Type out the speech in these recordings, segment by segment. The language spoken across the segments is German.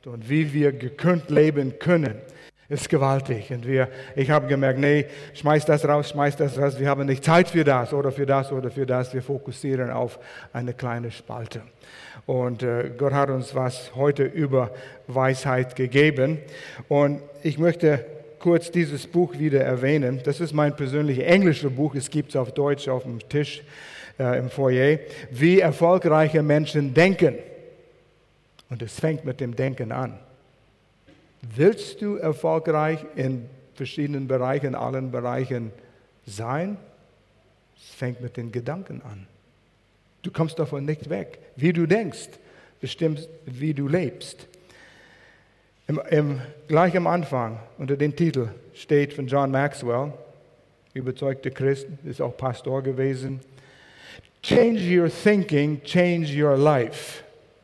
Weisheit und wie wir gekönnt leben können, ist gewaltig. Und ich habe gemerkt, nee, schmeiß das raus, wir haben nicht Zeit für das oder für das oder für das. Wir fokussieren auf eine kleine Spalte. Und Gott hat uns was heute über Weisheit gegeben. Und ich möchte kurz dieses Buch wieder erwähnen. Das ist mein persönliches englisches Buch. Es gibt es auf Deutsch auf dem Tisch im Foyer. Wie erfolgreiche Menschen denken. Und es fängt mit dem Denken an. Willst du erfolgreich in verschiedenen Bereichen, allen Bereichen sein? Es fängt mit den Gedanken an. Du kommst davon nicht weg. Wie du denkst, bestimmt, wie du lebst. Gleich am Anfang, unter dem Titel, steht von John Maxwell, überzeugter Christ, ist auch Pastor gewesen. Change your thinking, change your life.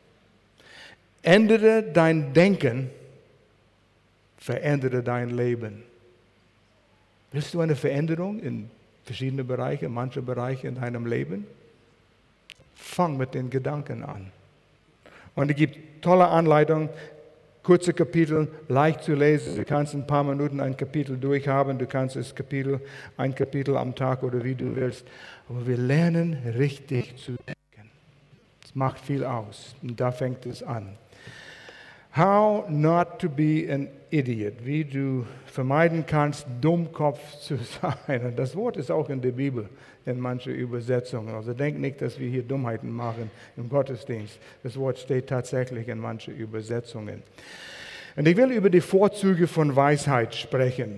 Ändere dein Denken, verändere dein Leben. Willst du eine Veränderung in verschiedene Bereiche, manche Bereiche in deinem Leben? Fang mit den Gedanken an. Und es gibt tolle Anleitungen, kurze Kapitel, leicht zu lesen. Du kannst in ein paar Minuten ein Kapitel durchhaben. Du kannst ein Kapitel am Tag oder wie du willst. Aber wir lernen richtig zu denken. Das macht viel aus. Und da fängt es an. How not to be an idiot. Wie du vermeiden kannst, Dummkopf zu sein. Und das Wort ist auch in der Bibel, in manchen Übersetzungen. Also denk nicht, dass wir hier Dummheiten machen im Gottesdienst. Das Wort steht tatsächlich in manchen Übersetzungen. Und ich will über die Vorzüge von Weisheit sprechen.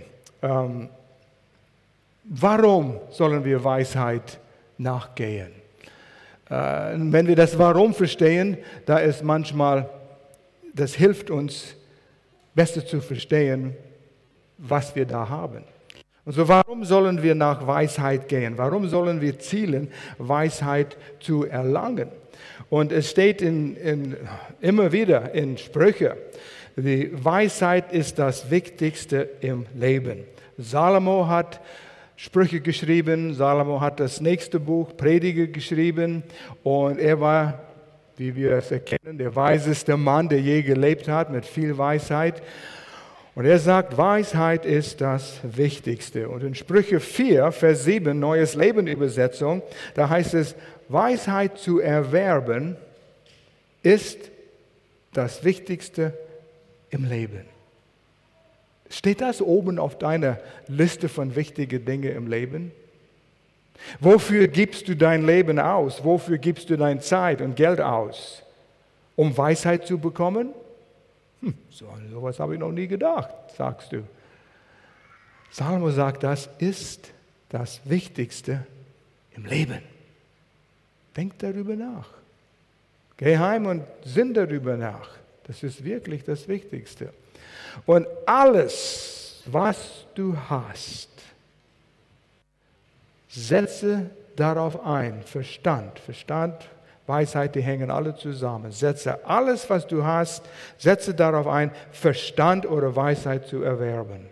Warum sollen wir Weisheit nachgehen? Wenn wir das Warum verstehen, da ist manchmal, das hilft uns, besser zu verstehen, was wir da haben. Und so, warum sollen wir nach Weisheit gehen? Warum sollen wir zielen, Weisheit zu erlangen? Und es steht immer wieder in Sprüche, die Weisheit ist das Wichtigste im Leben. Salomo hat Sprüche geschrieben, Salomo hat das nächste Buch, Prediger, geschrieben und er war, wie wir es erkennen, der weiseste Mann, der je gelebt hat, mit viel Weisheit. Und er sagt, Weisheit ist das Wichtigste. Und in Sprüche 4, Vers 7, Neues Leben Übersetzung, da heißt es, Weisheit zu erwerben ist das Wichtigste im Leben. Steht das oben auf deiner Liste von wichtigen Dingen im Leben? Wofür gibst du dein Leben aus? Wofür gibst du deine Zeit und Geld aus? Um Weisheit zu bekommen? Sowas habe ich noch nie gedacht, sagst du. Salomo sagt, das ist das Wichtigste im Leben. Denk darüber nach. Geh heim und sinn darüber nach. Das ist wirklich das Wichtigste. Und alles, was du hast, setze darauf ein. Verstand, Weisheit, die hängen alle zusammen. Setze alles, was du hast, setze darauf ein, Verstand oder Weisheit zu erwerben.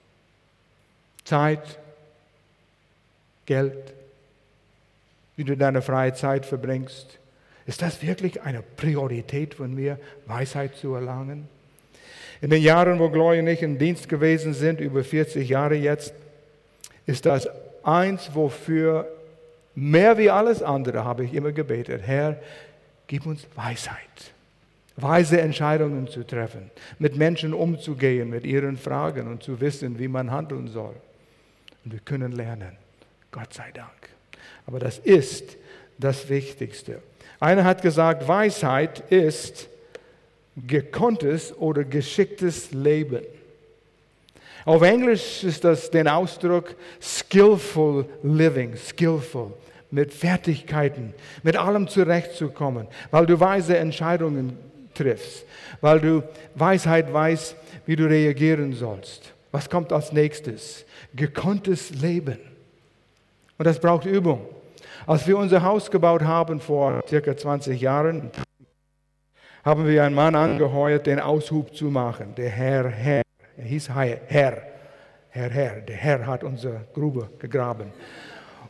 Zeit, Geld, wie du deine freie Zeit verbringst. Ist das wirklich eine Priorität von mir, Weisheit zu erlangen? In den Jahren, wo Gloria und ich im Dienst gewesen sind, über 40 Jahre jetzt, ist das eins, wofür mehr wie alles andere habe ich immer gebetet. Herr, gib uns Weisheit. Weise Entscheidungen zu treffen, mit Menschen umzugehen, mit ihren Fragen und zu wissen, wie man handeln soll. Und wir können lernen. Gott sei Dank. Aber das ist das Wichtigste. Einer hat gesagt, Weisheit ist gekonntes oder geschicktes Leben. Auf Englisch ist das den Ausdruck skillful living, skillful, mit Fertigkeiten, mit allem zurechtzukommen, weil du weise Entscheidungen triffst, weil du Weisheit weißt, wie du reagieren sollst. Was kommt als nächstes? Gekonntes Leben. Und das braucht Übung. Als wir unser Haus gebaut haben vor circa 20 Jahren, haben wir einen Mann angeheuert, den Aushub zu machen, der Herr. Er hieß Herr. Der Herr hat unsere Grube gegraben.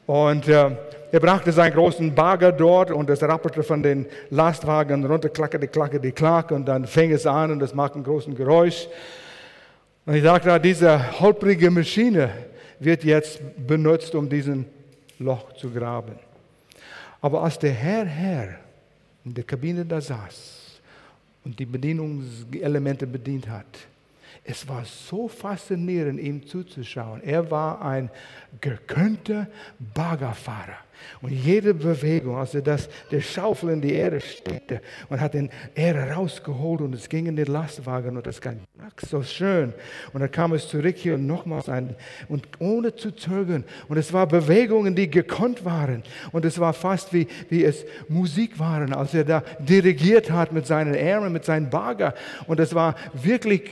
Und er brachte seinen großen Bagger dort und es rappelte von den Lastwagen runter, klackerte, klackerte, klack und dann fing es an und es macht einen großen Geräusch. Und ich sagte, diese holprige Maschine wird jetzt benutzt, um diesen Loch zu graben. Aber als der Herr in der Kabine da saß und die Bedienungselemente bedient hat, es war so faszinierend, ihm zuzuschauen. Er war ein gekönter Baggerfahrer. Und jede Bewegung, als er der Schaufel in die Erde steckte und hat den Erde rausgeholt und es ging in den Lastwagen und das ging so schön. Und dann kam es zurück hier und nochmals ein und ohne zu zögern. Und es waren Bewegungen, die gekonnt waren. Und es war fast wie es Musik waren, als er da dirigiert hat mit seinen Armen, mit seinem Bagger. Und es war wirklich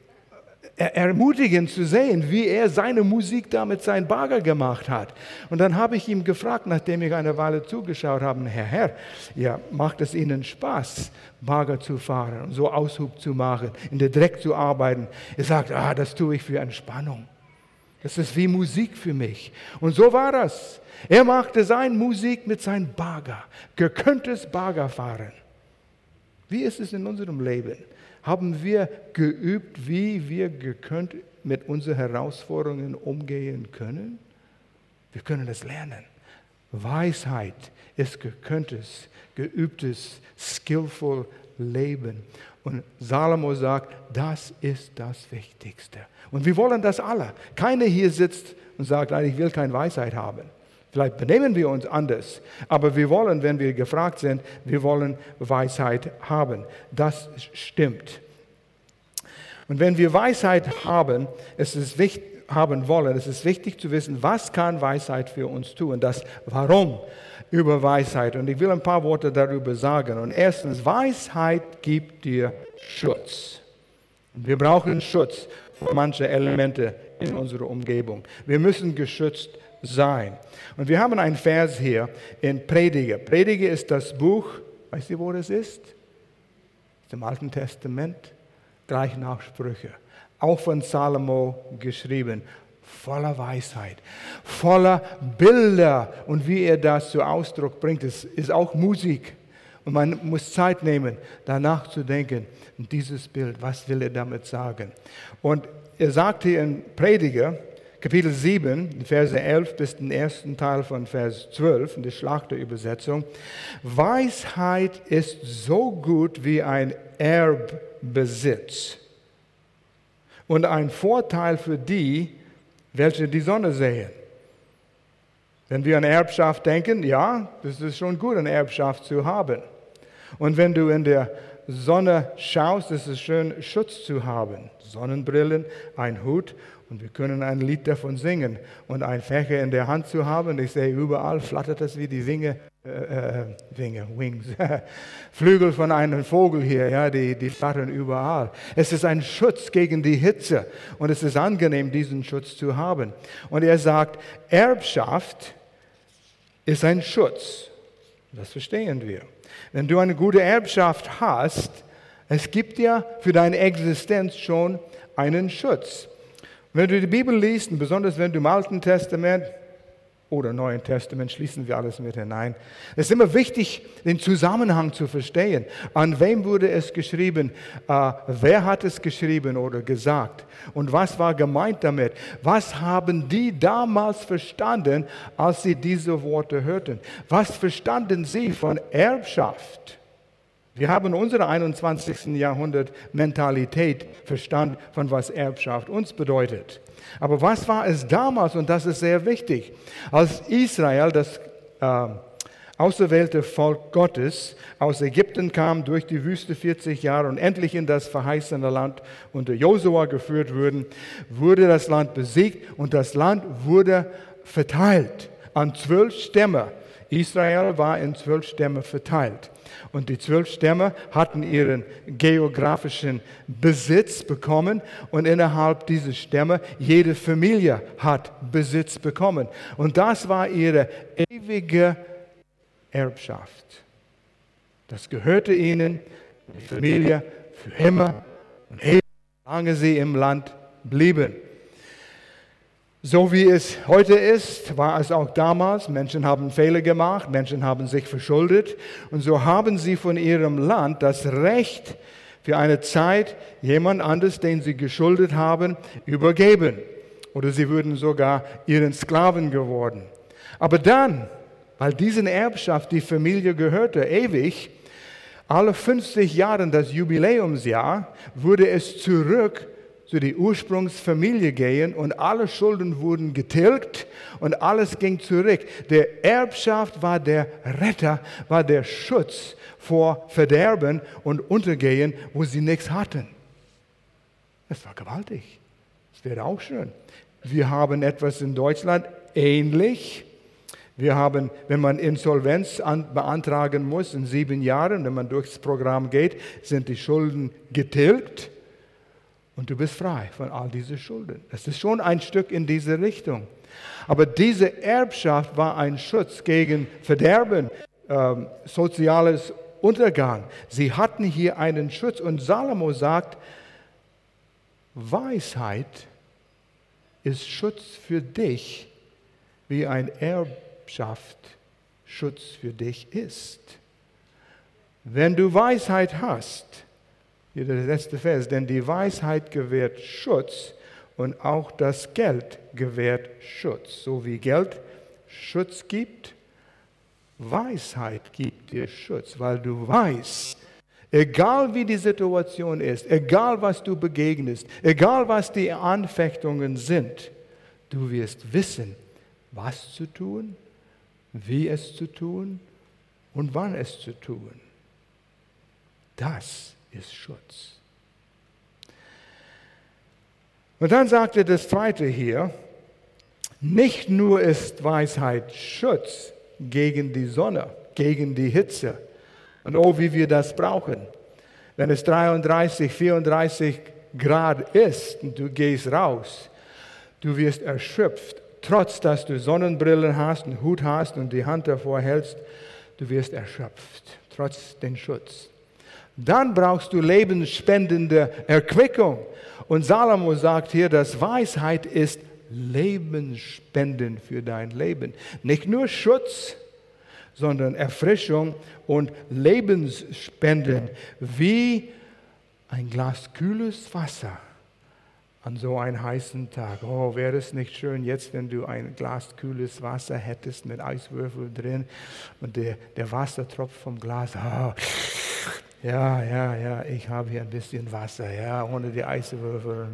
ermutigend zu sehen, wie er seine Musik da mit seinem Bagger gemacht hat. Und dann habe ich ihm gefragt, nachdem ich eine Weile zugeschaut habe, Herr, ja, macht es Ihnen Spaß, Bagger zu fahren und so Aushub zu machen, in der Dreck zu arbeiten? Er sagt, das tue ich für Entspannung. Das ist wie Musik für mich. Und so war das. Er machte seine Musik mit seinem Bagger, geköntes Baggerfahren. Wie ist es in unserem Leben? Haben wir geübt, wie wir gekönnt mit unseren Herausforderungen umgehen können? Wir können das lernen. Weisheit ist geköntes, geübtes, skillful Leben. Und Salomo sagt, das ist das Wichtigste. Und wir wollen das alle. Keiner hier sitzt und sagt, nein, ich will keine Weisheit haben. Vielleicht benehmen wir uns anders, aber wir wollen, wenn wir gefragt sind, wir wollen Weisheit haben. Das stimmt. Und wenn wir Weisheit haben, es ist wichtig zu wissen, was kann Weisheit für uns tun, das Warum über Weisheit. Und ich will ein paar Worte darüber sagen. Und erstens, Weisheit gibt dir Schutz. Und wir brauchen Schutz für manche Elemente in unserer Umgebung. Wir müssen geschützt sein. Und wir haben einen Vers hier in Prediger. Prediger ist das Buch, weißt du, wo das ist? Im Alten Testament, gleich nach Sprüche. Auch von Salomo geschrieben. Voller Weisheit, voller Bilder. Und wie er das zu Ausdruck bringt, ist auch Musik. Und man muss Zeit nehmen, danach zu denken, dieses Bild, was will er damit sagen? Und er sagt hier in Prediger, Kapitel 7, Verse 11 bis den ersten Teil von Vers 12, in der Schlachterübersetzung. Weisheit ist so gut wie ein Erbbesitz und ein Vorteil für die, welche die Sonne sehen. Wenn wir an Erbschaft denken, ja, das ist schon gut, eine Erbschaft zu haben. Und wenn du in der Sonne schaust, ist es schön, Schutz zu haben. Sonnenbrillen, ein Hut. Und wir können ein Lied davon singen. Und ein Fächer in der Hand zu haben, ich sehe überall, flattert das wie die Wings, Flügel von einem Vogel hier, ja, die flattern überall. Es ist ein Schutz gegen die Hitze und es ist angenehm, diesen Schutz zu haben. Und er sagt, Erbschaft ist ein Schutz. Das verstehen wir. Wenn du eine gute Erbschaft hast, es gibt ja für deine Existenz schon einen Schutz. Wenn du die Bibel liest, und besonders wenn du im Alten Testament oder Neuen Testament, schließen wir alles mit hinein, es ist immer wichtig, den Zusammenhang zu verstehen. An wem wurde es geschrieben? Wer hat es geschrieben oder gesagt? Und was war gemeint damit? Was haben die damals verstanden, als sie diese Worte hörten? Was verstanden sie von Erbschaft? Wir haben unsere 21. Jahrhundert Mentalität verstanden, von was Erbschaft uns bedeutet. Aber was war es damals? Und das ist sehr wichtig. Als Israel, das auserwählte Volk Gottes, aus Ägypten kam, durch die Wüste 40 Jahre und endlich in das verheißene Land unter Josua geführt wurden, wurde das Land besiegt und das Land wurde verteilt an 12 Stämme. Israel war in 12 Stämme verteilt. Und die 12 Stämme hatten ihren geografischen Besitz bekommen und innerhalb dieser Stämme, jede Familie hat Besitz bekommen. Und das war ihre ewige Erbschaft. Das gehörte ihnen, die Familie, für immer und ewig, solange sie im Land blieben. So wie es heute ist, war es auch damals. Menschen haben Fehler gemacht, Menschen haben sich verschuldet und so haben sie von ihrem Land das Recht für eine Zeit jemand anderes, den sie geschuldet haben, übergeben. Oder sie würden sogar ihren Sklaven geworden. Aber dann, weil diese Erbschaft die Familie gehörte, ewig, alle 50 Jahre das Jubiläumsjahr, würde es zurück zu der Ursprungsfamilie gehen und alle Schulden wurden getilgt und alles ging zurück. Der Erbschaft war der Retter, war der Schutz vor Verderben und Untergehen, wo sie nichts hatten. Das war gewaltig. Das wäre auch schön. Wir haben etwas in Deutschland ähnlich. Wir haben, wenn man Insolvenz beantragen muss in 7 Jahren, wenn man durchs Programm geht, sind die Schulden getilgt. Und du bist frei von all diesen Schulden. Das ist schon ein Stück in diese Richtung. Aber diese Erbschaft war ein Schutz gegen Verderben, soziales Untergang. Sie hatten hier einen Schutz. Und Salomo sagt, Weisheit ist Schutz für dich, wie ein Erbschaft Schutz für dich ist. Wenn du Weisheit hast, hier der letzte Vers, denn die Weisheit gewährt Schutz und auch das Geld gewährt Schutz. So wie Geld Schutz gibt, Weisheit gibt dir Schutz, weil du weißt, egal wie die Situation ist, egal was du begegnest, egal was die Anfechtungen sind, du wirst wissen, was zu tun, wie es zu tun und wann es zu tun. Das ist Schutz. Und dann sagt er das Zweite hier, nicht nur ist Weisheit Schutz gegen die Sonne, gegen die Hitze. Und oh, wie wir das brauchen. Wenn es 33, 34 Grad ist und du gehst raus, du wirst erschöpft, trotz dass du Sonnenbrillen hast, einen Hut hast und die Hand davor hältst, du wirst erschöpft, trotz den Schutz. Dann brauchst du lebensspendende Erquickung. Und Salomo sagt hier, dass Weisheit ist lebensspendend für dein Leben. Nicht nur Schutz, sondern Erfrischung und Lebensspenden, wie ein Glas kühles Wasser an so einem heißen Tag. Oh, wäre es nicht schön jetzt, wenn du ein Glas kühles Wasser hättest mit Eiswürfel drin und der Wasser tropft vom Glas. Oh. Ja, ich habe hier ein bisschen Wasser, ja, ohne die Eiswürfel.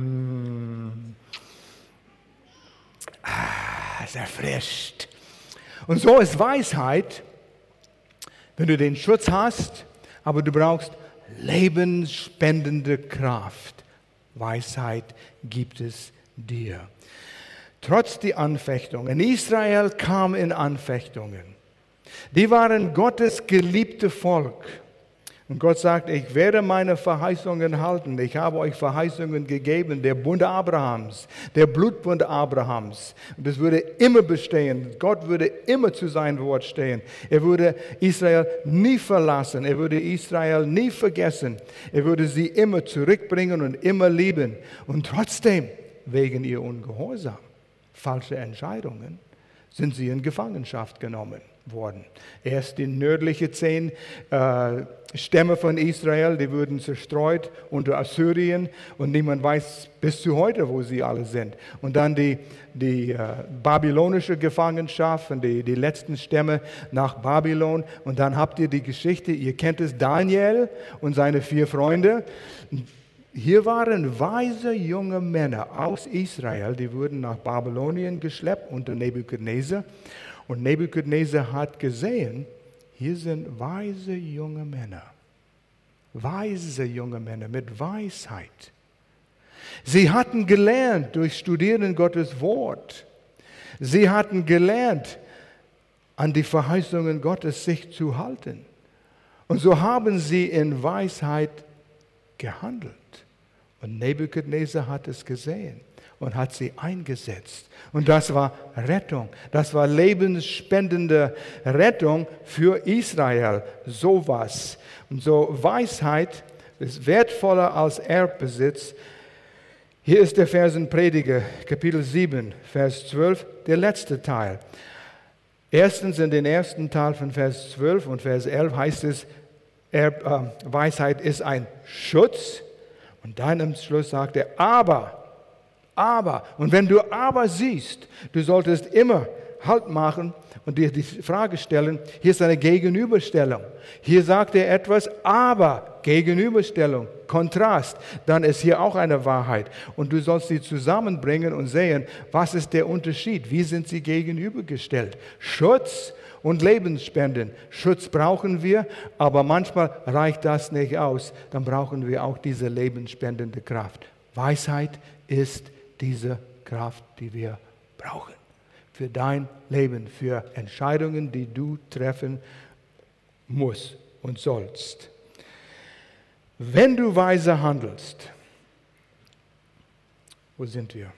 Es erfrischt. Und so ist Weisheit, wenn du den Schutz hast, aber du brauchst lebensspendende Kraft. Weisheit gibt es dir. Trotz der Anfechtungen. Israel kam in Anfechtungen. Die waren Gottes geliebte Volk. Und Gott sagt, ich werde meine Verheißungen halten. Ich habe euch Verheißungen gegeben, der Bund Abrahams, der Blutbund Abrahams. Und das würde immer bestehen. Gott würde immer zu seinem Wort stehen. Er würde Israel nie verlassen. Er würde Israel nie vergessen. Er würde sie immer zurückbringen und immer lieben. Und trotzdem, wegen ihr Ungehorsam, falsche Entscheidungen, sind sie in Gefangenschaft genommen worden. Erst die nördlichen 10 Stämme von Israel, die wurden zerstreut unter Assyrien und niemand weiß bis zu heute, wo sie alle sind. Und dann die babylonische Gefangenschaft und die letzten Stämme nach Babylon. Und dann habt ihr die Geschichte, ihr kennt es, Daniel und seine 4 Freunde. Hier waren weise junge Männer aus Israel, die wurden nach Babylonien geschleppt unter Nebukadnezar. Und Nebukadnezar hat gesehen, hier sind weise junge Männer mit Weisheit. Sie hatten gelernt durch Studieren Gottes Wort. Sie hatten gelernt, an die Verheißungen Gottes sich zu halten. Und so haben sie in Weisheit gehandelt. Und Nebukadnezar hat es gesehen und hat sie eingesetzt. Und das war Rettung. Das war lebensspendende Rettung für Israel. Sowas. Und so Weisheit ist wertvoller als Erbbesitz. Hier ist der Vers in Prediger, Kapitel 7, Vers 12, der letzte Teil. Erstens in den ersten Teil von Vers 12 und Vers 11 heißt es, Weisheit ist ein Schutz. Und dann im Schluss sagt er, aber. Und wenn du aber siehst, du solltest immer Halt machen und dir die Frage stellen, hier ist eine Gegenüberstellung. Hier sagt er etwas, aber Gegenüberstellung, Kontrast, dann ist hier auch eine Wahrheit. Und du sollst sie zusammenbringen und sehen, was ist der Unterschied, wie sind sie gegenübergestellt. Schutz und Lebensspenden. Schutz brauchen wir, aber manchmal reicht das nicht aus. Dann brauchen wir auch diese lebensspendende Kraft. Weisheit ist diese Kraft, die wir brauchen. Für dein Leben, für Entscheidungen, die du treffen musst und sollst. Wenn du weise handelst, wo sind wir?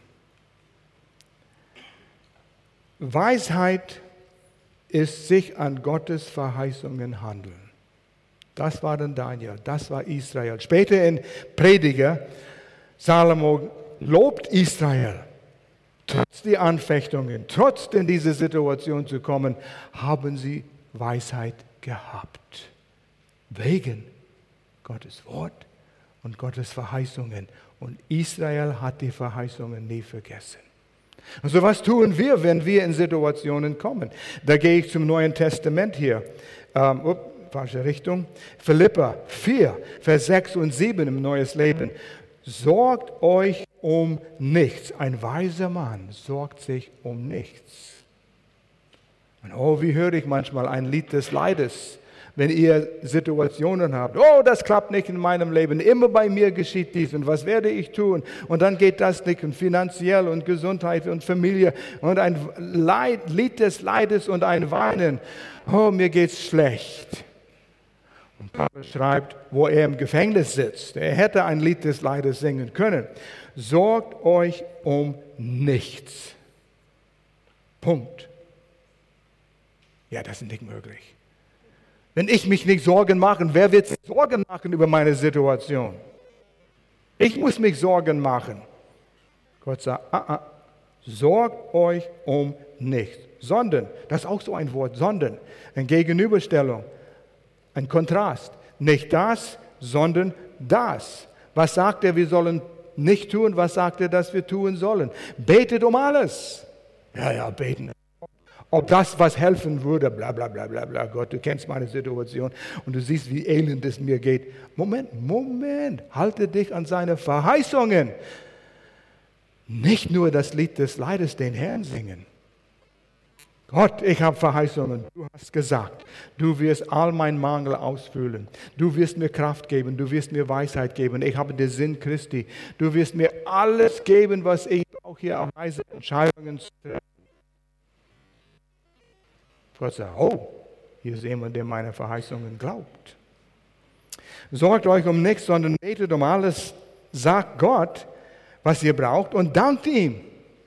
Weisheit ist sich an Gottes Verheißungen handeln. Das war dann Daniel, das war Israel. Später in Prediger, Salomo lobt Israel. Trotz der Anfechtungen, trotz in diese Situation zu kommen, haben sie Weisheit gehabt. Wegen Gottes Wort und Gottes Verheißungen. Und Israel hat die Verheißungen nie vergessen. Also was tun wir, wenn wir in Situationen kommen? Da gehe ich zum Neuen Testament hier. Falsche Richtung. Philipper 4, Vers 6 und 7 im Neues Leben. Sorgt euch um nichts. Ein weiser Mann sorgt sich um nichts. Und wie höre ich manchmal ein Lied des Leides, wenn ihr Situationen habt. Oh, das klappt nicht in meinem Leben. Immer bei mir geschieht dies und was werde ich tun? Und dann geht das nicht und finanziell und Gesundheit und Familie und ein Lied des Leides und ein Weinen. Oh, mir geht's schlecht. Und Paulus schreibt, wo er im Gefängnis sitzt. Er hätte ein Lied des Leides singen können. Sorgt euch um nichts. Punkt. Ja, das ist nicht möglich. Wenn ich mich nicht Sorgen mache, wer wird sich Sorgen machen über meine Situation? Ich muss mich Sorgen machen. Gott sagt, sorgt euch um nichts. Sondern, das ist auch so ein Wort, sondern, eine Gegenüberstellung. Ein Kontrast. Nicht das, sondern das. Was sagt er, wir sollen nicht tun? Was sagt er, dass wir tun sollen? Betet um alles. Ja, beten. Ob das was helfen würde, bla bla bla bla bla. Gott, du kennst meine Situation und du siehst, wie elend es mir geht. Moment. Halte dich an seine Verheißungen. Nicht nur das Lied des Leides den Herrn singen. Gott, ich habe Verheißungen. Du hast gesagt, du wirst all meinen Mangel ausfüllen. Du wirst mir Kraft geben. Du wirst mir Weisheit geben. Ich habe den Sinn Christi. Du wirst mir alles geben, was ich brauche, hier auf weise Entscheidungen zu treffen. Gott sagt, hier ist jemand, der meine Verheißungen glaubt. Sorgt euch um nichts, sondern betet um alles. Sagt Gott, was ihr braucht und dankt ihm.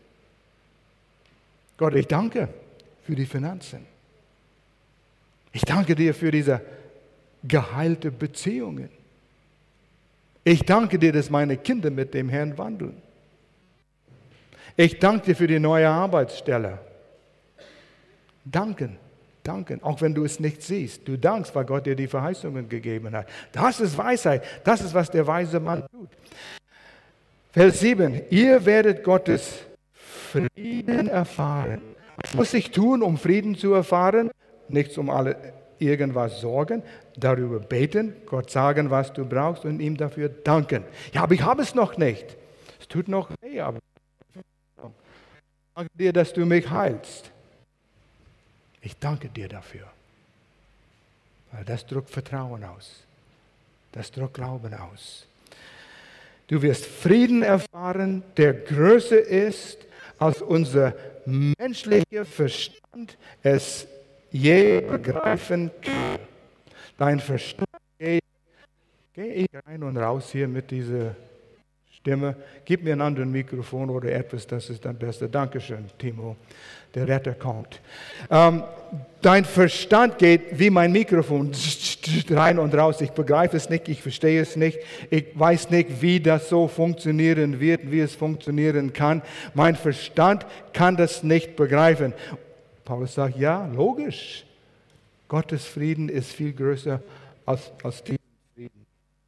Gott, ich danke für die Finanzen. Ich danke dir für diese geheilte Beziehungen. Ich danke dir, dass meine Kinder mit dem Herrn wandeln. Ich danke dir für die neue Arbeitsstelle. Danken, auch wenn du es nicht siehst. Du dankst, weil Gott dir die Verheißungen gegeben hat. Das ist Weisheit. Das ist, was der weise Mann tut. Vers 7. Ihr werdet Gottes Frieden erfahren. Was muss ich tun, um Frieden zu erfahren? Nichts um irgendwas sorgen, darüber beten, Gott sagen, was du brauchst und ihm dafür danken. Ja, aber ich habe es noch nicht. Es tut noch weh, aber ich danke dir, dass du mich heilst. Ich danke dir dafür. Weil das drückt Vertrauen aus. Das drückt Glauben aus. Du wirst Frieden erfahren, der größer ist, als unser menschlicher Verstand es je begreifen kann. Dein Verstand geht. Gehe ich rein und raus hier mit dieser Stimme. Gib mir ein anderes Mikrofon oder etwas, das ist dann besser. Dankeschön, Timo. Der Retter kommt. Dein Verstand geht wie mein Mikrofon rein und raus. Ich begreife es nicht, ich verstehe es nicht. Ich weiß nicht, wie das so funktionieren wird, wie es funktionieren kann. Mein Verstand kann das nicht begreifen. Paulus sagt, ja, logisch. Gottes Frieden ist viel größer als diesen Frieden.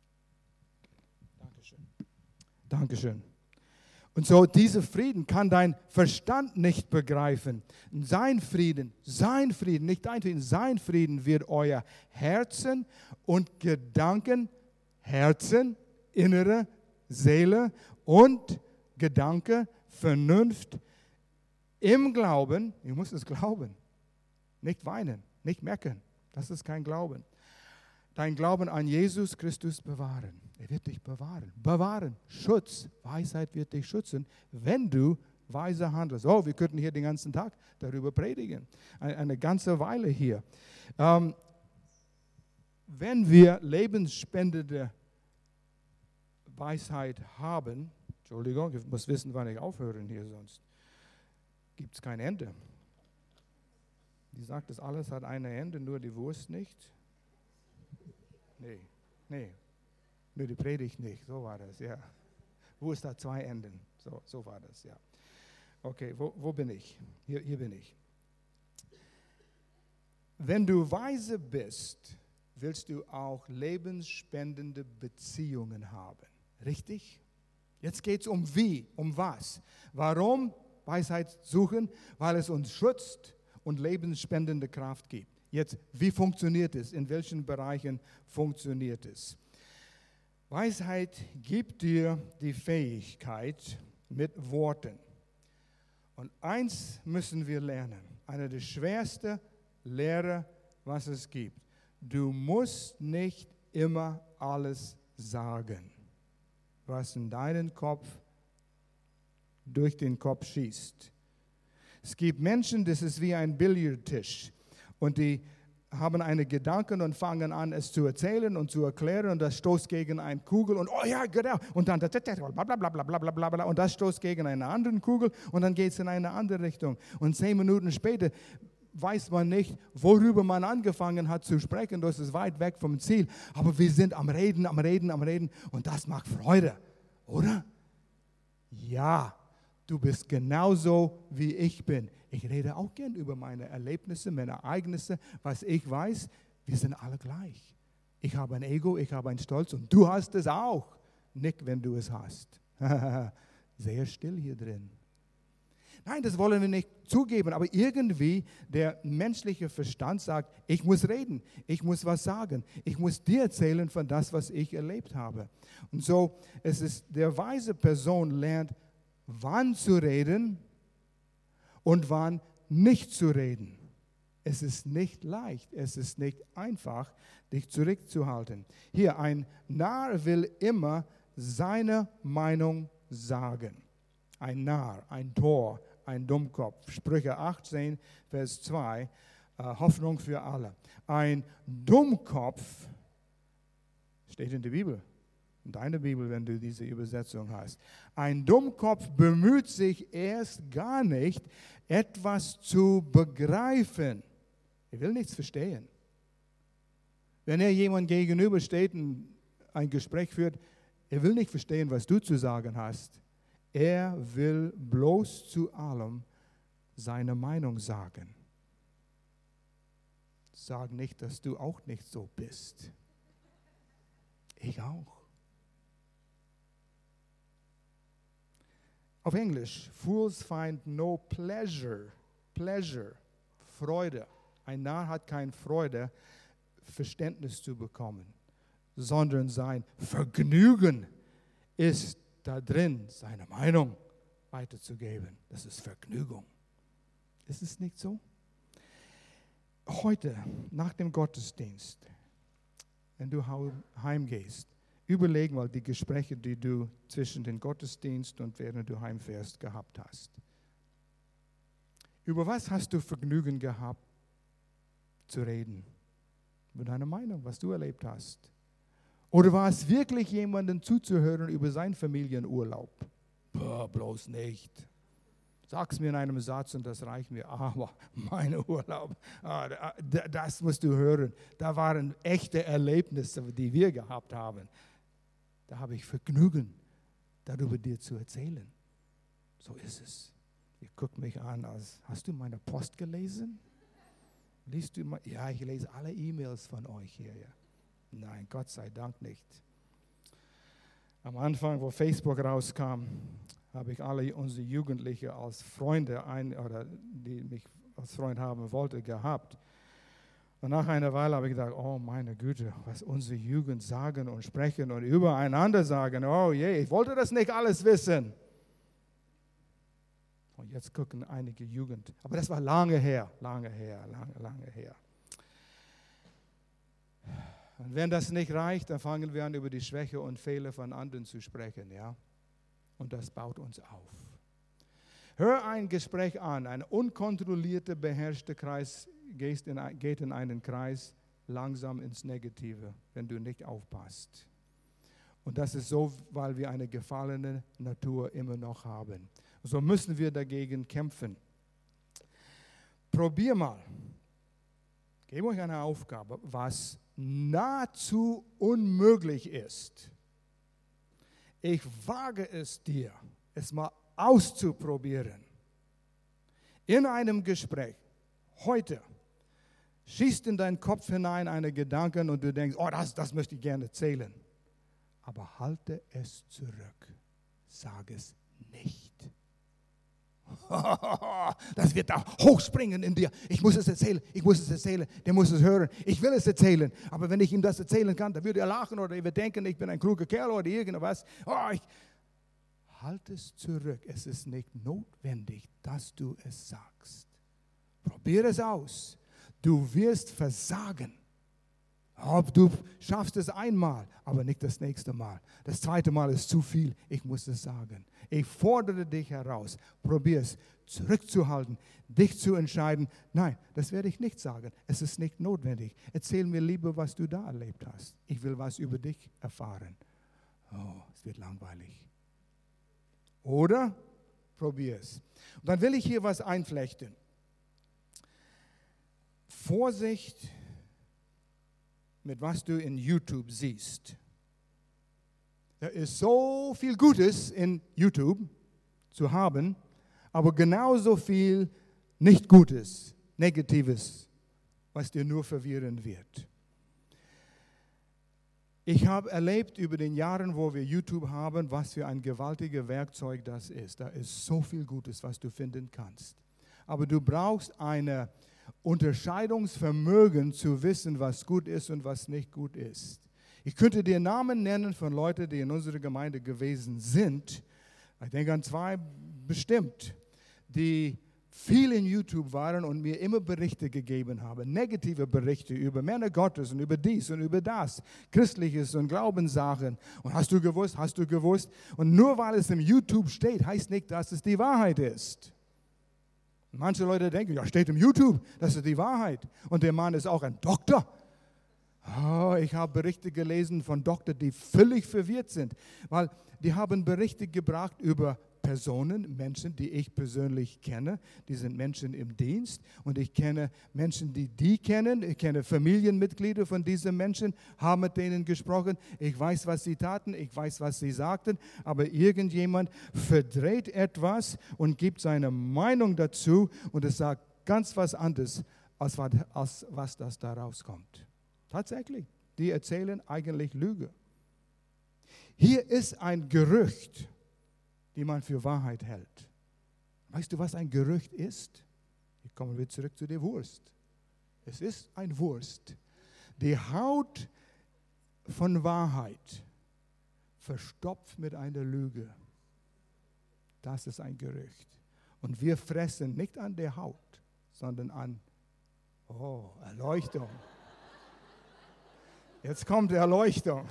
Dankeschön. Und so dieser Frieden kann dein Verstand nicht begreifen. Sein Frieden, nicht dein Frieden, sein Frieden wird euer Herzen und Gedanken, Herzen, innere Seele und Gedanke, Vernunft im Glauben, ihr müsst es glauben, nicht weinen, nicht meckern, das ist kein Glauben. Dein Glauben an Jesus Christus bewahren. Er wird dich bewahren. Bewahren. Schutz. Weisheit wird dich schützen, wenn du weise handelst. Oh, wir könnten hier den ganzen Tag darüber predigen. Eine ganze Weile hier. Wenn wir lebensspendende Weisheit haben, Entschuldigung, ich muss wissen, wann ich aufhören hier, sonst gibt es kein Ende. Die sagt, das alles hat ein Ende, nur die Wurst nicht. Nee, nur die Predigt nicht, so war das, ja. Wurst hat zwei Enden, so war das, ja. Okay, wo bin ich? Hier bin ich. Wenn du weise bist, willst du auch lebensspendende Beziehungen haben, richtig? Jetzt geht es um wie, um was. Warum Weisheit suchen? Weil es uns schützt und lebensspendende Kraft gibt. Jetzt, wie funktioniert es? In welchen Bereichen funktioniert es? Weisheit gibt dir die Fähigkeit mit Worten. Und eins müssen wir lernen. Eine der schwersten Lehre, was es gibt. Du musst nicht immer alles sagen, was in deinen Kopf durch den Kopf schießt. Es gibt Menschen, das ist wie ein Billardtisch. Und die haben eine Gedanken und fangen an, es zu erzählen und zu erklären. Und das stoßt gegen eine Kugel. Und oh ja, genau. Und dann blablabla. Und das stoßt gegen eine andere Kugel. Und dann geht es in eine andere Richtung. Und 10 Minuten später weiß man nicht, worüber man angefangen hat zu sprechen. Das ist weit weg vom Ziel. Aber wir sind am Reden. Und das macht Freude. Oder? Ja. Du bist genauso, wie ich bin. Ich rede auch gern über meine Erlebnisse, meine Ereignisse, was ich weiß. Wir sind alle gleich. Ich habe ein Ego, ich habe einen Stolz und du hast es auch. Nicht, wenn du es hast. Sehr still hier drin. Nein, das wollen wir nicht zugeben, aber irgendwie der menschliche Verstand sagt, ich muss reden, ich muss was sagen, ich muss dir erzählen von das, was ich erlebt habe. Und so, es ist, der weise Person lernt, wann zu reden und wann nicht zu reden. Es ist nicht leicht, es ist nicht einfach, dich zurückzuhalten. Hier, ein Narr will immer seine Meinung sagen. Ein Narr, ein Tor, ein Dummkopf. Sprüche 18, Vers 2, Hoffnung für alle. Ein Dummkopf, steht in der Bibel, in deiner Bibel, wenn du diese Übersetzung hast. Ein Dummkopf bemüht sich erst gar nicht, etwas zu begreifen. Er will nichts verstehen. Wenn er jemand gegenübersteht und ein Gespräch führt, er will nicht verstehen, was du zu sagen hast. Er will bloß zu allem seine Meinung sagen. Sag nicht, dass du auch nicht so bist. Ich auch. Auf Englisch, fools find no pleasure. Pleasure, Freude. Ein Narr hat keine Freude, Verständnis zu bekommen, sondern sein Vergnügen ist da drin, seine Meinung weiterzugeben. Das ist Vergnügung. Ist es nicht so? Heute, nach dem Gottesdienst, wenn du heimgehst, überleg mal die Gespräche, die du zwischen dem Gottesdienst und während du heimfährst gehabt hast. Über was hast du Vergnügen gehabt zu reden? Über deine Meinung, was du erlebt hast. Oder war es wirklich jemandem zuzuhören über seinen Familienurlaub? Bloß nicht. Sag's mir in einem Satz und das reicht mir. Aber mein Urlaub, das musst du hören. Da waren echte Erlebnisse, die wir gehabt haben. Da habe ich Vergnügen, darüber dir zu erzählen. So ist es. Ihr guckt mich an, als hast du meine Post gelesen? Liest du mal? Ja, ich lese alle E-Mails von euch hier. Ja. Nein, Gott sei Dank nicht. Am Anfang, wo Facebook rauskam, habe ich alle unsere Jugendlichen als Freunde, oder die mich als Freund haben wollte, gehabt. Und nach einer Weile habe ich gedacht, oh meine Güte, was unsere Jugend sagen und sprechen und übereinander sagen. Oh je, ich wollte das nicht alles wissen. Und jetzt gucken einige Jugend. Aber das war lange her. Und wenn das nicht reicht, dann fangen wir an, über die Schwäche und Fehler von anderen zu sprechen, ja. Und das baut uns auf. Hör ein Gespräch an. Ein unkontrollierter, beherrschter Kreis geht in einen Kreis langsam ins Negative, wenn du nicht aufpasst. Und das ist so, weil wir eine gefallene Natur immer noch haben. So müssen wir dagegen kämpfen. Probier mal. Ich gebe euch eine Aufgabe, was nahezu unmöglich ist. Ich wage es dir, es mal auszuprobieren. In einem Gespräch, heute, schießt in deinen Kopf hinein eine Gedanken und du denkst, oh, das möchte ich gerne erzählen. Aber halte es zurück. Sag es nicht. Das wird da hochspringen in dir. Ich muss es erzählen, der muss es hören. Ich will es erzählen. Aber wenn ich ihm das erzählen kann, dann würde er lachen oder er wird denken, ich bin ein kluger Kerl oder irgendwas. Halt es zurück. Es ist nicht notwendig, dass du es sagst. Probier es aus. Du wirst versagen. Du schaffst es einmal, aber nicht das nächste Mal. Das zweite Mal ist zu viel. Ich muss es sagen. Ich fordere dich heraus. Probier es zurückzuhalten, dich zu entscheiden. Nein, das werde ich nicht sagen. Es ist nicht notwendig. Erzähl mir lieber, was du da erlebt hast. Ich will was über dich erfahren. Oh, es wird langweilig. Oder probier es. Und dann will ich hier was einflechten. Vorsicht, mit was du in YouTube siehst. Da ist so viel Gutes in YouTube zu haben, aber genauso viel nicht Gutes, Negatives, was dir nur verwirren wird. Ich habe erlebt über den Jahren, wo wir YouTube haben, was für ein gewaltiges Werkzeug das ist. Da ist so viel Gutes, was du finden kannst. Aber du brauchst eine Unterscheidungsvermögen zu wissen, was gut ist und was nicht gut ist. Ich könnte dir Namen nennen von Leuten, die in unserer Gemeinde gewesen sind. Ich denke an 2 bestimmt, die viel in YouTube waren und mir immer Berichte gegeben haben, negative Berichte über Männer Gottes und über dies und über das, Christliches und Glaubenssachen. Und hast du gewusst? Und nur weil es im YouTube steht, heißt nicht, dass es die Wahrheit ist. Manche Leute denken, ja, steht im YouTube, das ist die Wahrheit. Und der Mann ist auch ein Doktor. Oh, ich habe Berichte gelesen von Doktoren, die völlig verwirrt sind, weil die haben Berichte gebracht über Personen, Menschen, die ich persönlich kenne. Die sind Menschen im Dienst und ich kenne Menschen, die kennen. Ich kenne Familienmitglieder von diesen Menschen, habe mit denen gesprochen. Ich weiß, was sie taten, ich weiß, was sie sagten, aber irgendjemand verdreht etwas und gibt seine Meinung dazu und es sagt ganz was anderes, als was das da rauskommt. Tatsächlich, die erzählen eigentlich Lüge. Hier ist ein Gerücht, die man für Wahrheit hält. Weißt du, was ein Gerücht ist? Hier kommen wir zurück zu der Wurst. Es ist ein Wurst. Die Haut von Wahrheit verstopft mit einer Lüge. Das ist ein Gerücht. Und wir fressen nicht an der Haut, sondern an, Erleuchtung. Jetzt kommt Erleuchtung.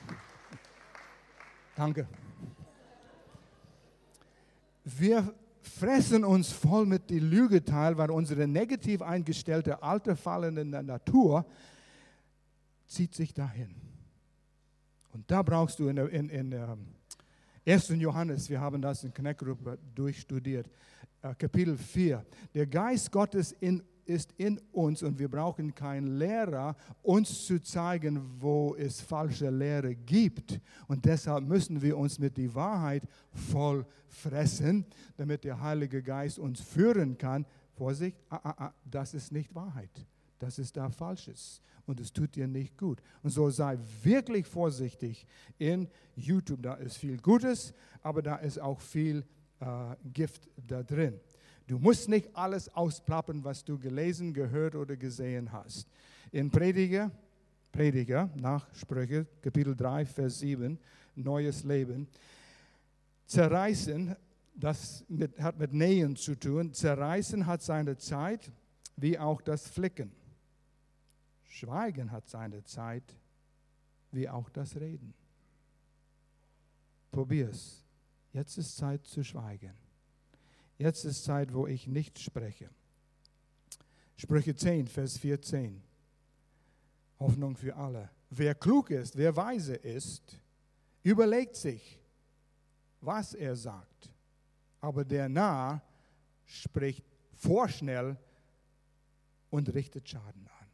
Danke. Wir fressen uns voll mit die Lügeteil, weil unsere negativ eingestellte, alte, fallende Natur zieht sich dahin. Und da brauchst du in 1. Johannes, wir haben das in Connect-Gruppe durchstudiert, Kapitel 4, der Geist Gottes ist in uns und wir brauchen keinen Lehrer, uns zu zeigen, wo es falsche Lehre gibt. Und deshalb müssen wir uns mit der Wahrheit voll fressen, damit der Heilige Geist uns führen kann. Vorsicht, das ist nicht Wahrheit. Das ist da Falsches und es tut dir nicht gut. Und so sei wirklich vorsichtig in YouTube. Da ist viel Gutes, aber da ist auch viel Gift da drin. Du musst nicht alles ausplappern, was du gelesen, gehört oder gesehen hast. In Prediger nach Sprüche, Kapitel 3, Vers 7, Neues Leben, zerreißen, das hat mit Nähen zu tun, zerreißen hat seine Zeit, wie auch das Flicken. Schweigen hat seine Zeit, wie auch das Reden. Probier's. Jetzt ist Zeit zu schweigen. Jetzt ist Zeit, wo ich nicht spreche. Sprüche 10, Vers 14. Hoffnung für alle. Wer klug ist, wer weise ist, überlegt sich, was er sagt. Aber der Narr spricht vorschnell und richtet Schaden an.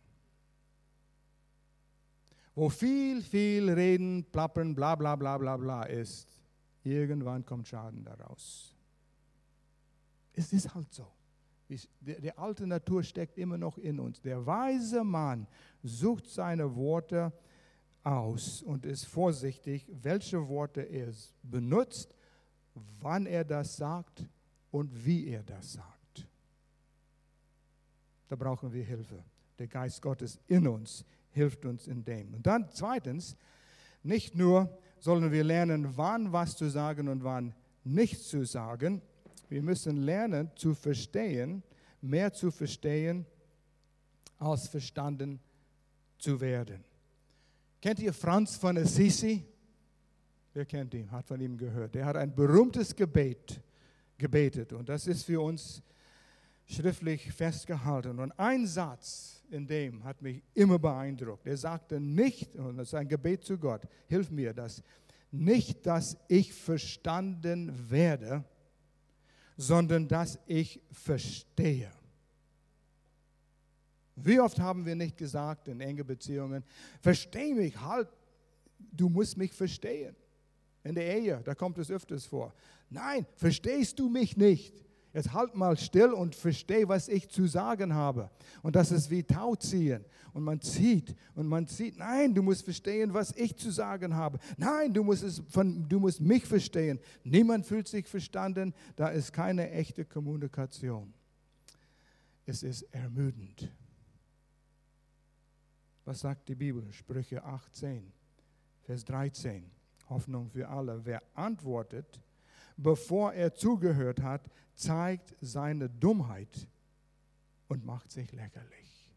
Wo viel Reden, Plappern, bla bla bla bla bla ist, irgendwann kommt Schaden daraus. Es ist halt so. Die alte Natur steckt immer noch in uns. Der weise Mann sucht seine Worte aus und ist vorsichtig, welche Worte er benutzt, wann er das sagt und wie er das sagt. Da brauchen wir Hilfe. Der Geist Gottes in uns hilft uns in dem. Und dann zweitens, nicht nur sollen wir lernen, wann was zu sagen und wann nicht zu sagen. Wir müssen lernen zu verstehen, mehr zu verstehen, als verstanden zu werden. Kennt ihr Franz von Assisi? Wer kennt ihn? Hat von ihm gehört. Der hat ein berühmtes Gebet gebetet und das ist für uns schriftlich festgehalten. Und ein Satz in dem hat mich immer beeindruckt. Er sagte nicht, und das ist ein Gebet zu Gott, hilf mir das, nicht, dass ich verstanden werde, sondern dass ich verstehe. Wie oft haben wir nicht gesagt in engen Beziehungen, versteh mich, halt, du musst mich verstehen. In der Ehe, da kommt es öfters vor. Nein, verstehst du mich nicht? Jetzt halt mal still und versteh, was ich zu sagen habe. Und das ist wie Tauziehen. Und man zieht. Nein, du musst verstehen, was ich zu sagen habe. Nein, du musst mich verstehen. Niemand fühlt sich verstanden. Da ist keine echte Kommunikation. Es ist ermüdend. Was sagt die Bibel? Sprüche 18, Vers 13. Hoffnung für alle. Wer antwortet, bevor er zugehört hat, zeigt seine Dummheit und macht sich lächerlich.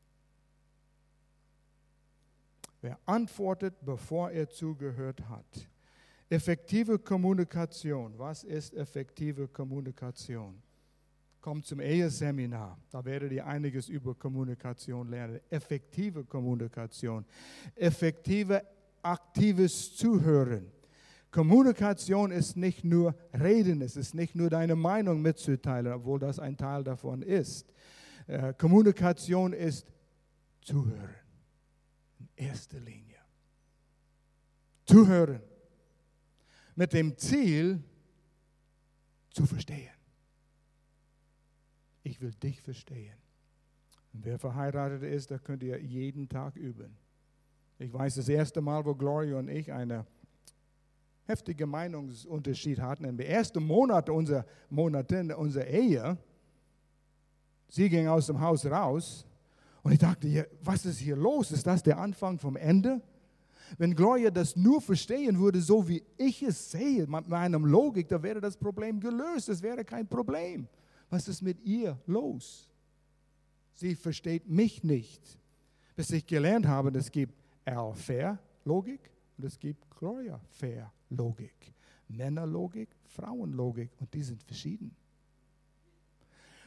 Wer antwortet, bevor er zugehört hat. Effektive Kommunikation. Was ist effektive Kommunikation? Kommt zum Eheseminar. Da werdet ihr einiges über Kommunikation lernen. Effektive Kommunikation. Effektive, aktives Zuhören. Kommunikation ist nicht nur Reden, es ist nicht nur deine Meinung mitzuteilen, obwohl das ein Teil davon ist. Kommunikation ist Zuhören, in erster Linie. Zuhören, mit dem Ziel, zu verstehen. Ich will dich verstehen. Und wer verheiratet ist, da könnt ihr jeden Tag üben. Ich weiß, das erste Mal, wo Gloria und ich eine heftige Meinungsunterschied hatten. Im ersten Monat unserer Ehe, sie ging aus dem Haus raus und ich dachte, was ist hier los? Ist das der Anfang vom Ende? Wenn Gloria das nur verstehen würde, so wie ich es sehe, mit meiner Logik, da wäre das Problem gelöst. Es wäre kein Problem. Was ist mit ihr los? Sie versteht mich nicht. Bis ich gelernt habe, es gibt Fair-Logik und es gibt Gloria-Fair-Logik. Männerlogik, Frauenlogik und die sind verschieden.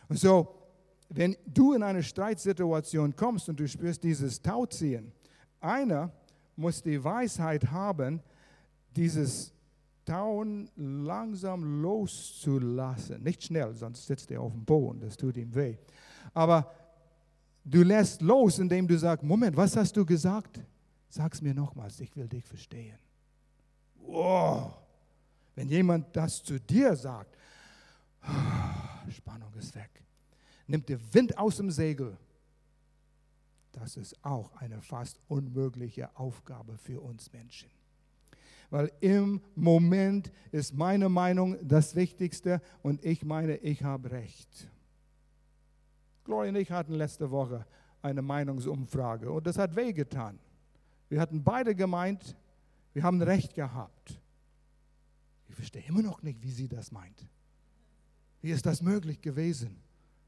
Und so, wenn du in eine Streitsituation kommst und du spürst dieses Tauziehen, einer muss die Weisheit haben, dieses Tauen langsam loszulassen. Nicht schnell, sonst sitzt er auf dem Boden, das tut ihm weh. Aber du lässt los, indem du sagst, Moment, was hast du gesagt? Sag's mir nochmals, ich will dich verstehen. Wow. Wenn jemand das zu dir sagt, Spannung ist weg. Nimmt der Wind aus dem Segel. Das ist auch eine fast unmögliche Aufgabe für uns Menschen. Weil im Moment ist meine Meinung das Wichtigste und ich meine, ich habe recht. Gloria und ich hatten letzte Woche eine Meinungsumfrage und das hat wehgetan. Wir hatten beide gemeint, wir haben recht gehabt. Ich verstehe immer noch nicht, wie sie das meint. Wie ist das möglich gewesen?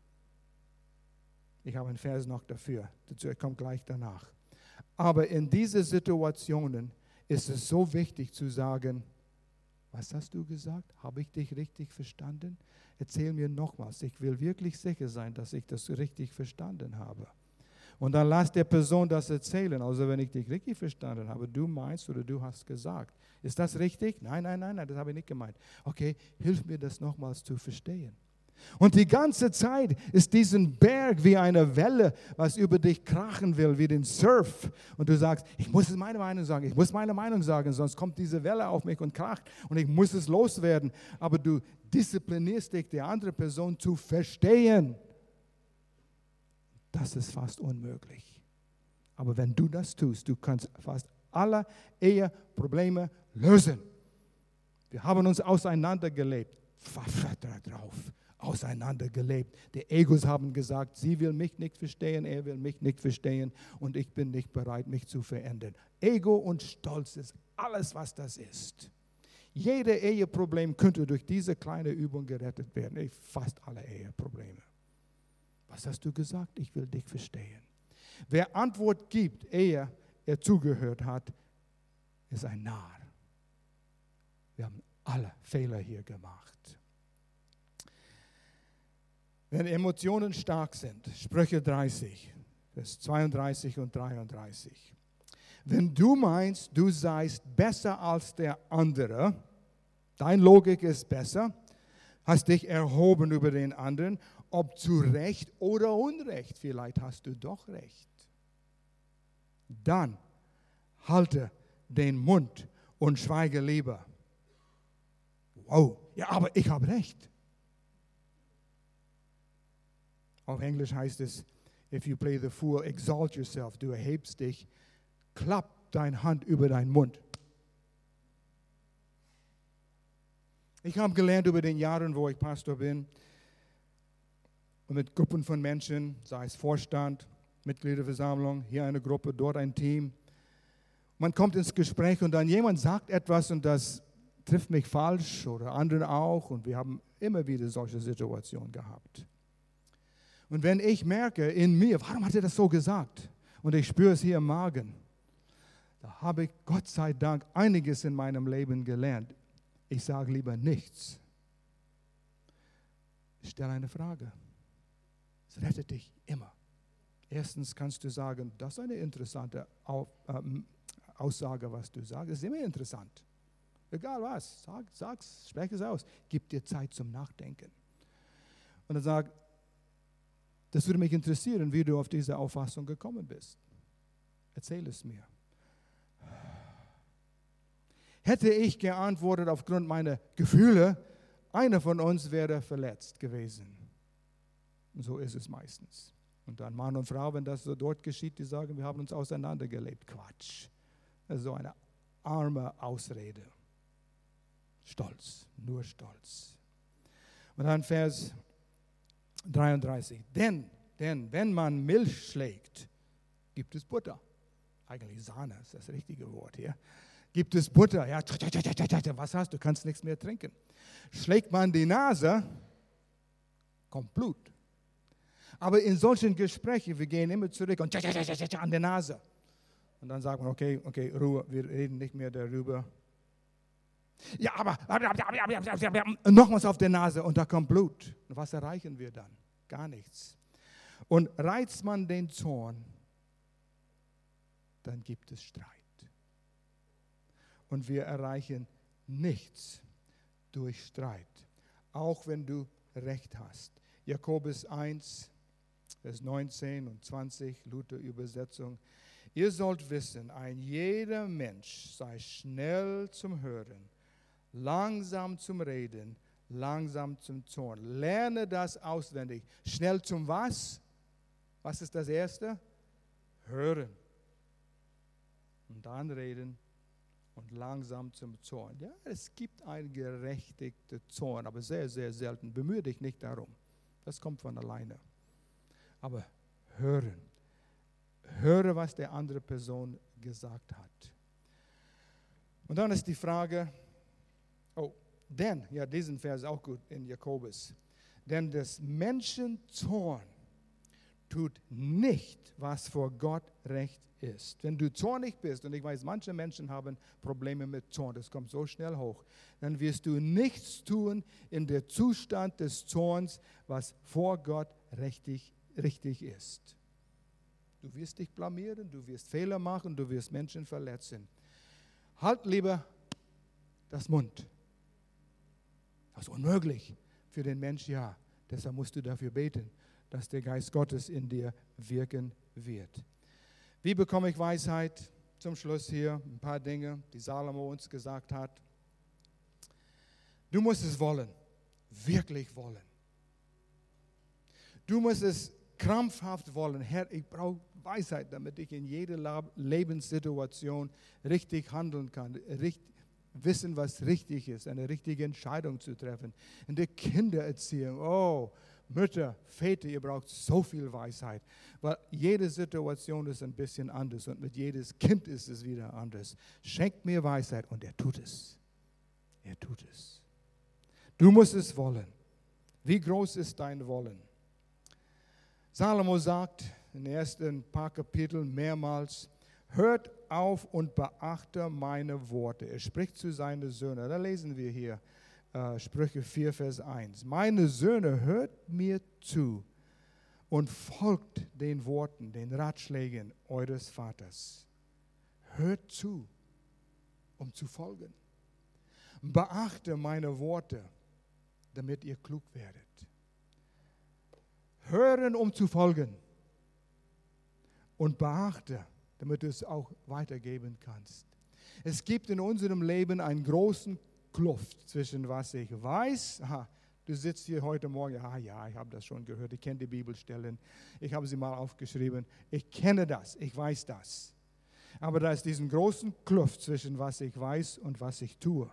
Ich habe einen Vers noch dafür. Dazu kommt gleich danach. Aber in diesen Situationen ist es so wichtig zu sagen, was hast du gesagt? Habe ich dich richtig verstanden? Erzähl mir nochmals. Ich will wirklich sicher sein, dass ich das richtig verstanden habe. Und dann lass der Person das erzählen. Also wenn ich dich richtig verstanden habe, du meinst oder du hast gesagt. Ist das richtig? Nein, das habe ich nicht gemeint. Okay, hilf mir das nochmals zu verstehen. Und die ganze Zeit ist diesen Berg wie eine Welle, was über dich krachen will, wie den Surf. Und du sagst, ich muss meine Meinung sagen, ich muss meine Meinung sagen, sonst kommt diese Welle auf mich und kracht und ich muss es loswerden. Aber du disziplinierst dich, die andere Person zu verstehen. Das ist fast unmöglich. Aber wenn du das tust, du kannst fast alle Eheprobleme lösen. Wir haben uns auseinandergelebt. Drauf. Auseinandergelebt. Die Egos haben gesagt, sie will mich nicht verstehen, er will mich nicht verstehen und ich bin nicht bereit, mich zu verändern. Ego und Stolz ist alles, was das ist. Jedes Eheproblem könnte durch diese kleine Übung gerettet werden. Fast alle Eheprobleme. Was hast du gesagt? Ich will dich verstehen. Wer Antwort gibt, ehe er zugehört hat, ist ein Narr. Wir haben alle Fehler hier gemacht. Wenn Emotionen stark sind, Sprüche 30, Vers 32 und 33. Wenn du meinst, du seist besser als der andere, deine Logik ist besser, hast dich erhoben über den anderen, ob zu Recht oder Unrecht, vielleicht hast du doch Recht. Dann halte den Mund und schweige lieber. Wow, ja, aber ich habe Recht. Auf Englisch heißt es, if you play the fool, exalt yourself. Du erhebst dich, klapp deine Hand über deinen Mund. Ich habe gelernt über den Jahren, wo ich Pastor bin, und mit Gruppen von Menschen, sei es Vorstand, Mitgliederversammlung, hier eine Gruppe, dort ein Team. Man kommt ins Gespräch und dann jemand sagt etwas und das trifft mich falsch oder anderen auch und wir haben immer wieder solche Situationen gehabt. Und wenn ich merke in mir, warum hat er das so gesagt? Und ich spüre es hier im Magen, da habe ich Gott sei Dank einiges in meinem Leben gelernt. Ich sage lieber nichts. Ich stelle eine Frage. Es rettet dich immer. Erstens kannst du sagen, das ist eine interessante Aussage, was du sagst. Es ist immer interessant. Egal was, sag's, sprech es aus. Gib dir Zeit zum Nachdenken. Und dann sag, das würde mich interessieren, wie du auf diese Auffassung gekommen bist. Erzähl es mir. Hätte ich geantwortet aufgrund meiner Gefühle, einer von uns wäre verletzt gewesen. Und so ist es meistens. Und dann Mann und Frau, wenn das so dort geschieht, die sagen, wir haben uns auseinandergelebt. Quatsch. Das ist so eine arme Ausrede. Stolz, nur Stolz. Und dann Vers 33. Denn wenn man Milch schlägt, gibt es Butter. Eigentlich Sahne ist das richtige Wort hier. Gibt es Butter? Ja, was hast du? Du kannst nichts mehr trinken. Schlägt man die Nase, kommt Blut. Aber in solchen Gesprächen, wir gehen immer zurück und an der Nase. Und dann sagt man, okay, Ruhe, wir reden nicht mehr darüber. Ja, aber nochmals auf der Nase und da kommt Blut. Und was erreichen wir dann? gar nichts. Und reizt man den Zorn, dann gibt es Streit. Und wir erreichen nichts durch Streit, auch wenn du Recht hast. Jakobus 1, Vers 19 und 20, Luther-Übersetzung. Ihr sollt wissen, ein jeder Mensch sei schnell zum Hören, langsam zum Reden, langsam zum Zorn. Lerne das auswendig. Schnell zum was? Was ist das Erste? Hören. Und dann reden und langsam zum Zorn. Ja, es gibt einen gerechtigten Zorn, aber sehr, sehr selten. Bemühe dich nicht darum. Das kommt von alleine. Aber hören. Höre, was die andere Person gesagt hat. Und dann ist die Frage, diesen Vers auch gut in Jakobus. Denn des Menschen Zorn tut nicht, was vor Gott recht ist. Wenn du zornig bist, und ich weiß, manche Menschen haben Probleme mit Zorn, das kommt so schnell hoch, dann wirst du nichts tun in der Zustand des Zorns, was vor Gott richtig ist. Du wirst dich blamieren, du wirst Fehler machen, du wirst Menschen verletzen. Halt lieber das Mund. Das ist unmöglich für den Menschen, ja. Deshalb musst du dafür beten, dass der Geist Gottes in dir wirken wird. Wie bekomme ich Weisheit? Zum Schluss hier ein paar Dinge, die Salomo uns gesagt hat. Du musst es wollen, wirklich wollen. Du musst es krampfhaft wollen. Herr, ich brauche Weisheit, damit ich in jeder Lebenssituation richtig handeln kann, wissen, was richtig ist, eine richtige Entscheidung zu treffen. In der Kindererziehung, Mütter, Väter, ihr braucht so viel Weisheit, weil jede Situation ist ein bisschen anders und mit jedes Kind ist es wieder anders. Schenkt mir Weisheit und er tut es. Er tut es. Du musst es wollen. Wie groß ist dein Wollen? Salomo sagt in den ersten paar Kapiteln mehrmals, hört auf und beachte meine Worte. Er spricht zu seinen Söhnen. Da lesen wir hier Sprüche 4, Vers 1. Meine Söhne, hört mir zu und folgt den Worten, den Ratschlägen eures Vaters. Hört zu, um zu folgen. Beachte meine Worte, damit ihr klug werdet. Hören, um zu folgen. Und beachte, damit du es auch weitergeben kannst. Es gibt in unserem Leben einen großen Kluft zwischen was ich weiß. Du sitzt hier heute Morgen, ich habe das schon gehört, ich kenne die Bibelstellen, ich habe sie mal aufgeschrieben, ich kenne das, ich weiß das. Aber da ist diesen großen Kluft zwischen was ich weiß und was ich tue.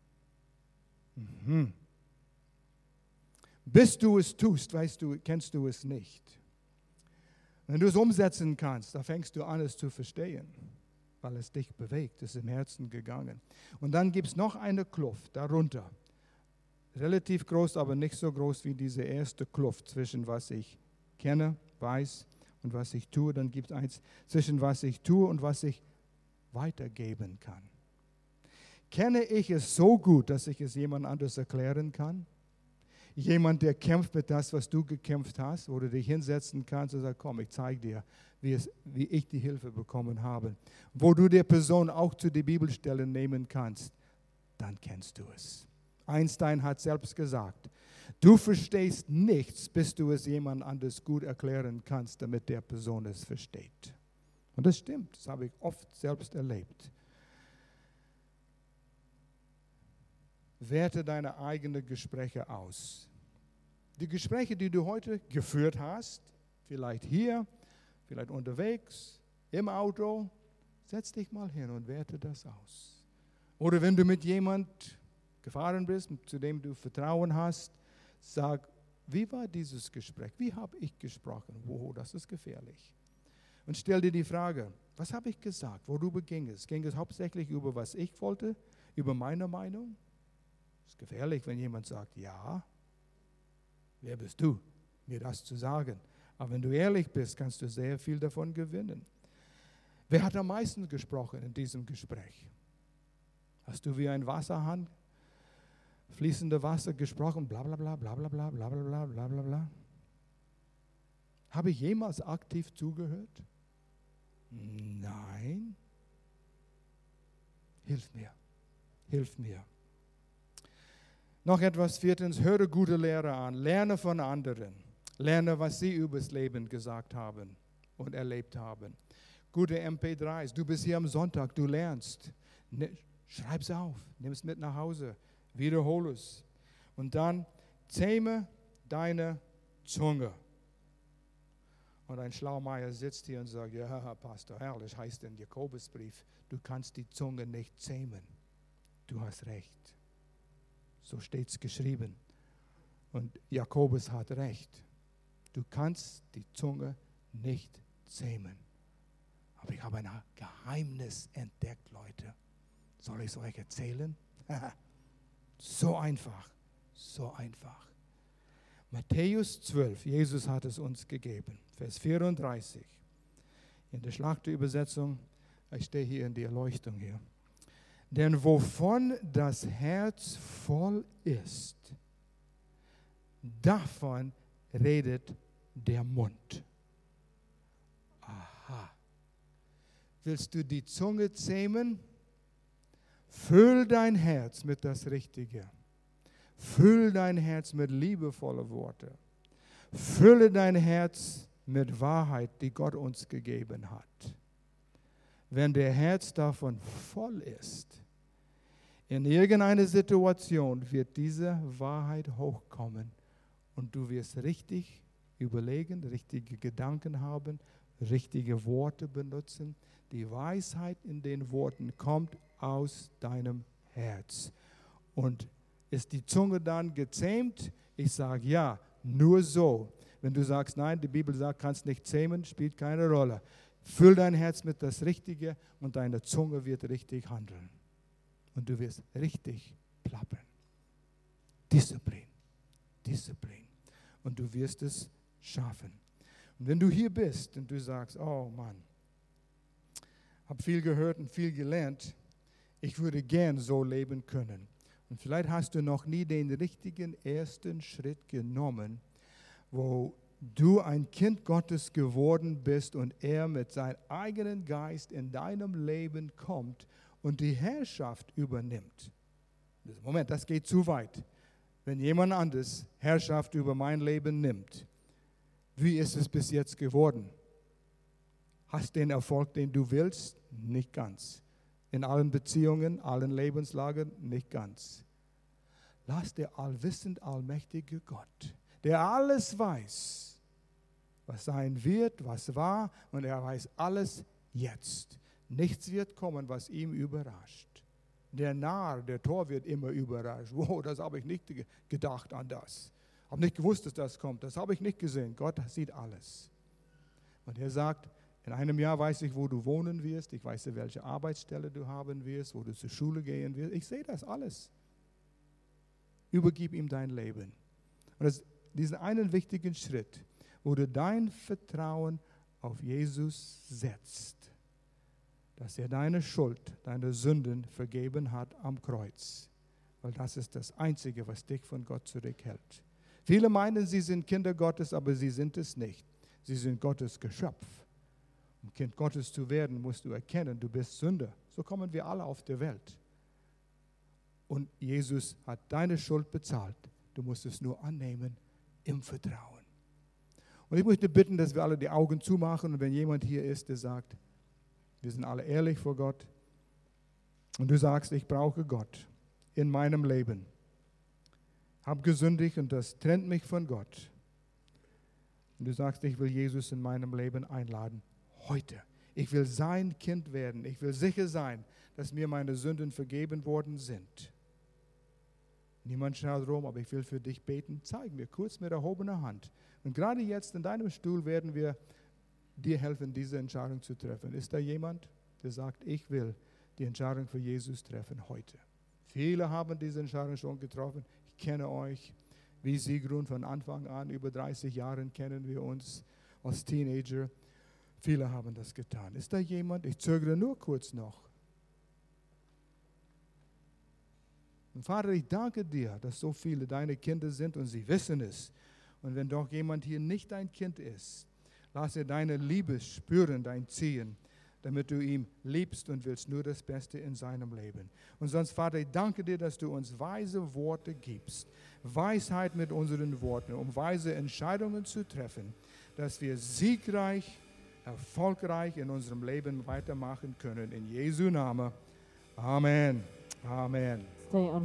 Bis du es tust, kennst du es nicht. Wenn du es umsetzen kannst, da fängst du an, es zu verstehen, weil es dich bewegt, es ist im Herzen gegangen. Und dann gibt es noch eine Kluft darunter. Relativ groß, aber nicht so groß wie diese erste Kluft zwischen was ich kenne, weiß und was ich tue. Dann gibt es eins zwischen was ich tue und was ich weitergeben kann. Kenne ich es so gut, dass ich es jemand anderes erklären kann? Jemand, der kämpft mit das, was du gekämpft hast, wo du dich hinsetzen kannst und sagst, komm, ich zeige dir, wie ich die Hilfe bekommen habe. Wo du der Person auch zu den Bibelstellen nehmen kannst, dann kennst du es. Einstein hat selbst gesagt, du verstehst nichts, bis du es jemand anderes gut erklären kannst, damit der Person es versteht. Und das stimmt, das habe ich oft selbst erlebt. Werte deine eigenen Gespräche aus. Die Gespräche, die du heute geführt hast, vielleicht hier, vielleicht unterwegs, im Auto, setz dich mal hin und werte das aus. Oder wenn du mit jemand gefahren bist, zu dem du Vertrauen hast, sag, wie war dieses Gespräch? Wie habe ich gesprochen? Das ist gefährlich. Und stell dir die Frage, was habe ich gesagt? Worüber ging es? Ging es hauptsächlich über was ich wollte? Über meine Meinung? Es ist gefährlich, wenn jemand sagt, ja, wer bist du, mir das zu sagen? Aber wenn du ehrlich bist, kannst du sehr viel davon gewinnen. Wer hat am meisten gesprochen in diesem Gespräch? Hast du wie ein Wasserhahn, fließende Wasser gesprochen, bla bla bla bla bla bla bla bla bla bla bla bla? Habe ich jemals aktiv zugehört? Nein. Hilf mir. Hilf mir. Noch etwas, viertens, höre gute Lehrer an. Lerne von anderen. Lerne, was sie übers Leben gesagt haben und erlebt haben. Gute MP3s. Du bist hier am Sonntag, du lernst. Schreib es auf, nimm es mit nach Hause, wiederhole es. Und dann zähme deine Zunge. Und ein Schlaumeier sitzt hier und sagt, ja, Pastor, herrlich heißt im Jakobusbrief, du kannst die Zunge nicht zähmen. Du hast recht. So steht es geschrieben. Und Jakobus hat recht. Du kannst die Zunge nicht zähmen. Aber ich habe ein Geheimnis entdeckt, Leute. Soll ich es euch erzählen? So einfach, so einfach. Matthäus 12, Jesus hat es uns gegeben. Vers 34. In der Schlachterübersetzung, ich stehe hier in der Erleuchtung hier. Denn wovon das Herz voll ist, davon redet der Mund. Aha. Willst du die Zunge zähmen? Füll dein Herz mit das Richtige. Füll dein Herz mit liebevollen Worten. Fülle dein Herz mit Wahrheit, die Gott uns gegeben hat. Wenn der Herz davon voll ist, in irgendeiner Situation wird diese Wahrheit hochkommen und du wirst richtig überlegen, richtige Gedanken haben, richtige Worte benutzen. Die Weisheit in den Worten kommt aus deinem Herz. Und ist die Zunge dann gezähmt? Ich sage ja, nur so. Wenn du sagst, nein, die Bibel sagt, kannst nicht zähmen, spielt keine Rolle. Füll dein Herz mit das Richtige und deine Zunge wird richtig handeln. Und du wirst richtig plappern. Disziplin, Disziplin. Und du wirst es schaffen. Und wenn du hier bist und du sagst, oh Mann, habe viel gehört und viel gelernt, ich würde gern so leben können. Und vielleicht hast du noch nie den richtigen ersten Schritt genommen, wo du ein Kind Gottes geworden bist und er mit seinem eigenen Geist in deinem Leben kommt und die Herrschaft übernimmt. Moment, das geht zu weit. Wenn jemand anderes Herrschaft über mein Leben nimmt, wie ist es bis jetzt geworden? Hast den Erfolg, den du willst? Nicht ganz. In allen Beziehungen, allen Lebenslagen? Nicht ganz. Lass der allwissend, allmächtige Gott, der alles weiß, was sein wird, was war, und er weiß alles jetzt. Nichts wird kommen, was ihm überrascht. Der Narr, der Tor wird immer überrascht. Wow, das habe ich nicht gedacht an das. Habe nicht gewusst, dass das kommt. Das habe ich nicht gesehen. Gott sieht alles. Und er sagt, in einem Jahr weiß ich, wo du wohnen wirst. Ich weiß, welche Arbeitsstelle du haben wirst, wo du zur Schule gehen wirst. Ich sehe das alles. Übergib ihm dein Leben. Und diesen einen wichtigen Schritt, wo du dein Vertrauen auf Jesus setzt, dass er deine Schuld, deine Sünden vergeben hat am Kreuz. Weil das ist das Einzige, was dich von Gott zurückhält. Viele meinen, sie sind Kinder Gottes, aber sie sind es nicht. Sie sind Gottes Geschöpf. Um Kind Gottes zu werden, musst du erkennen, du bist Sünder. So kommen wir alle auf der Welt. Und Jesus hat deine Schuld bezahlt. Du musst es nur annehmen im Vertrauen. Und ich möchte bitten, dass wir alle die Augen zumachen. Und wenn jemand hier ist, der sagt, wir sind alle ehrlich vor Gott. Und du sagst, ich brauche Gott in meinem Leben. Hab gesündigt und das trennt mich von Gott. Und du sagst, ich will Jesus in meinem Leben einladen. Heute. Ich will sein Kind werden. Ich will sicher sein, dass mir meine Sünden vergeben worden sind. Niemand schaut rum, aber ich will für dich beten. Zeig mir kurz mit erhobener Hand. Und gerade jetzt in deinem Stuhl werden wir dir helfen, diese Entscheidung zu treffen. Ist da jemand, der sagt, ich will die Entscheidung für Jesus treffen heute? Viele haben diese Entscheidung schon getroffen. Ich kenne euch, wie Sigrun von Anfang an, über 30 Jahren kennen wir uns als Teenager. Viele haben das getan. Ist da jemand? Ich zögere nur kurz noch. Und Vater, ich danke dir, dass so viele deine Kinder sind und sie wissen es. Und wenn doch jemand hier nicht dein Kind ist, Lass er deine Liebe spüren, dein Ziehen, damit du ihn liebst und willst nur das Beste in seinem Leben. Und sonst, Vater, ich danke dir, dass du uns weise Worte gibst. Weisheit mit unseren Worten, um weise Entscheidungen zu treffen, dass wir siegreich, erfolgreich in unserem Leben weitermachen können. In Jesu Namen. Amen. Amen. Stay on